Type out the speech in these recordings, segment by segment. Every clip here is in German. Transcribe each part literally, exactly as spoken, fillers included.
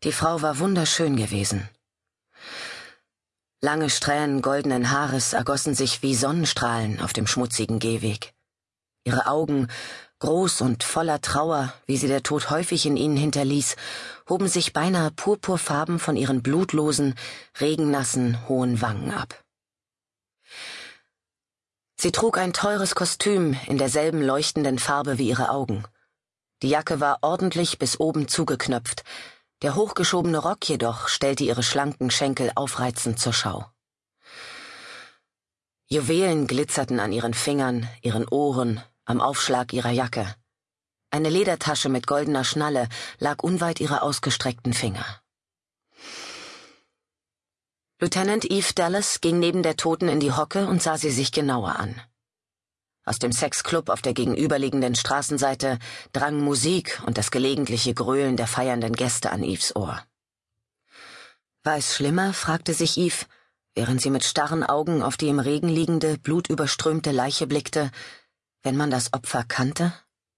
Die Frau war wunderschön gewesen. Lange Strähnen goldenen Haares ergossen sich wie Sonnenstrahlen auf dem schmutzigen Gehweg. Ihre Augen, groß und voller Trauer, wie sie der Tod häufig in ihnen hinterließ, hoben sich beinahe purpurfarben von ihren blutlosen, regennassen, hohen Wangen ab. Sie trug ein teures Kostüm in derselben leuchtenden Farbe wie ihre Augen. Die Jacke war ordentlich bis oben zugeknöpft, der hochgeschobene Rock jedoch stellte ihre schlanken Schenkel aufreizend zur Schau. Juwelen glitzerten an ihren Fingern, ihren Ohren, am Aufschlag ihrer Jacke. Eine Ledertasche mit goldener Schnalle lag unweit ihrer ausgestreckten Finger. Lieutenant Eve Dallas ging neben der Toten in die Hocke und sah sie sich genauer an. Aus dem Sexclub auf der gegenüberliegenden Straßenseite drang Musik und das gelegentliche Gröhlen der feiernden Gäste an Eves Ohr. War es schlimmer, fragte sich Eve, während sie mit starren Augen auf die im Regen liegende, blutüberströmte Leiche blickte, wenn man das Opfer kannte?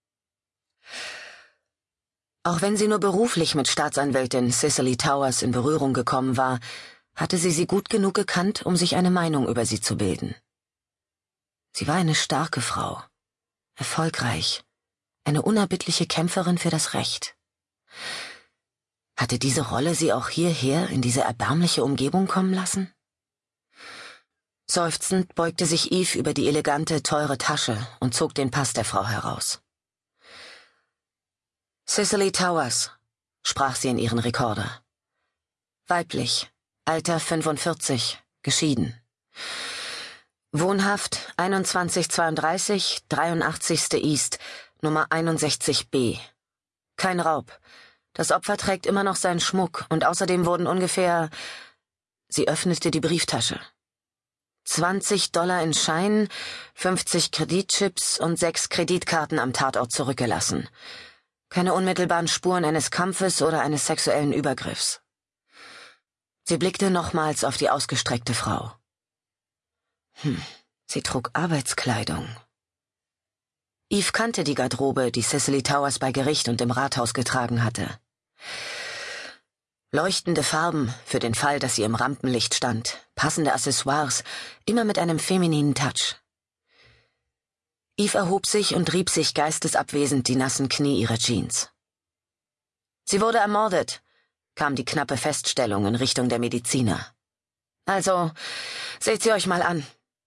Auch wenn sie nur beruflich mit Staatsanwältin Cicely Towers in Berührung gekommen war, hatte sie sie gut genug gekannt, um sich eine Meinung über sie zu bilden. Sie war eine starke Frau, erfolgreich, eine unerbittliche Kämpferin für das Recht. Hatte diese Rolle sie auch hierher in diese erbärmliche Umgebung kommen lassen? Seufzend beugte sich Eve über die elegante, teure Tasche und zog den Pass der Frau heraus. Cicely Towers, sprach sie in ihren Rekorder. Weiblich, Alter fünfundvierzig, geschieden. Wohnhaft einundzwanzig zweiunddreißig, dreiundachtzigste East, Nummer einundsechzig b. Kein Raub. Das Opfer trägt immer noch seinen Schmuck und außerdem wurden ungefähr... Sie öffnete die Brieftasche. zwanzig Dollar in Scheinen, fünfzig Kreditchips und sechs Kreditkarten am Tatort zurückgelassen. Keine unmittelbaren Spuren eines Kampfes oder eines sexuellen Übergriffs. Sie blickte nochmals auf die ausgestreckte Frau. Hm, sie trug Arbeitskleidung. Eve kannte die Garderobe, die Cicely Towers bei Gericht und im Rathaus getragen hatte. Leuchtende Farben für den Fall, dass sie im Rampenlicht stand, passende Accessoires, immer mit einem femininen Touch. Eve erhob sich und rieb sich geistesabwesend die nassen Knie ihrer Jeans. Sie wurde ermordet, kam die knappe Feststellung in Richtung der Mediziner. Also, seht sie euch mal an.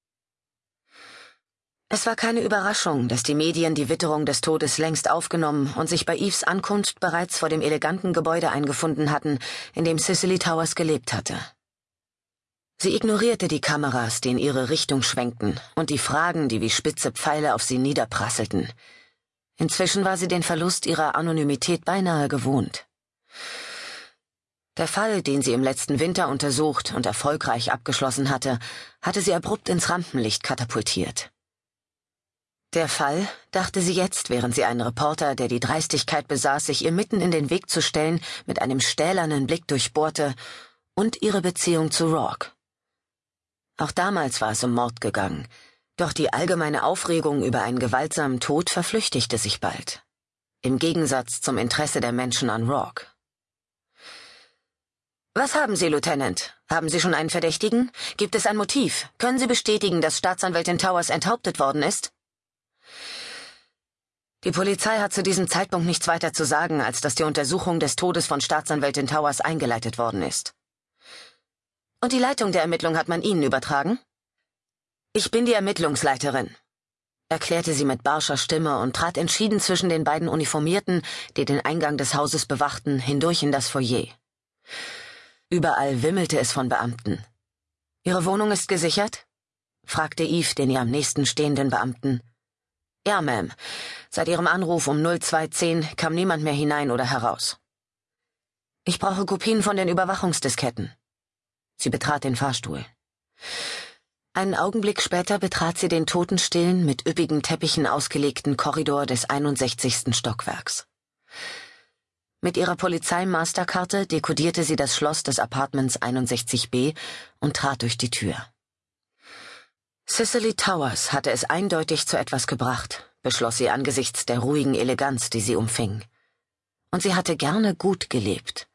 Es war keine Überraschung, dass die Medien die Witterung des Todes längst aufgenommen und sich bei Eves Ankunft bereits vor dem eleganten Gebäude eingefunden hatten, in dem Cicely Towers gelebt hatte. Sie ignorierte die Kameras, die in ihre Richtung schwenkten, und die Fragen, die wie spitze Pfeile auf sie niederprasselten. Inzwischen war sie den Verlust ihrer Anonymität beinahe gewohnt. Der Fall, den sie im letzten Winter untersucht und erfolgreich abgeschlossen hatte, hatte sie abrupt ins Rampenlicht katapultiert. Der Fall, dachte sie jetzt, während sie einen Reporter, der die Dreistigkeit besaß, sich ihr mitten in den Weg zu stellen, mit einem stählernen Blick durchbohrte, und ihre Beziehung zu Rourke. Auch damals war es um Mord gegangen, doch die allgemeine Aufregung über einen gewaltsamen Tod verflüchtigte sich bald. Im Gegensatz zum Interesse der Menschen an Rourke. »Was haben Sie, Lieutenant? Haben Sie schon einen Verdächtigen? Gibt es ein Motiv? Können Sie bestätigen, dass Staatsanwältin Towers enthauptet worden ist?« Die Polizei hat zu diesem Zeitpunkt nichts weiter zu sagen, als dass die Untersuchung des Todes von Staatsanwältin Towers eingeleitet worden ist. »Und die Leitung der Ermittlung hat man Ihnen übertragen?« »Ich bin die Ermittlungsleiterin«, erklärte sie mit barscher Stimme und trat entschieden zwischen den beiden Uniformierten, die den Eingang des Hauses bewachten, hindurch in das Foyer. Überall wimmelte es von Beamten. »Ihre Wohnung ist gesichert?« fragte Eve den ihr am nächsten stehenden Beamten. »Ja, Ma'am. Seit Ihrem Anruf um null zwei zehn kam niemand mehr hinein oder heraus.« »Ich brauche Kopien von den Überwachungsdisketten.« Sie betrat den Fahrstuhl. Einen Augenblick später betrat sie den totenstillen, mit üppigen Teppichen ausgelegten Korridor des einundsechzigsten Stockwerks. Mit ihrer Polizei-Masterkarte dekodierte sie das Schloss des Appartements einundsechzig b und trat durch die Tür. Cicely Towers hatte es eindeutig zu etwas gebracht, beschloss sie angesichts der ruhigen Eleganz, die sie umfing. Und sie hatte gerne gut gelebt.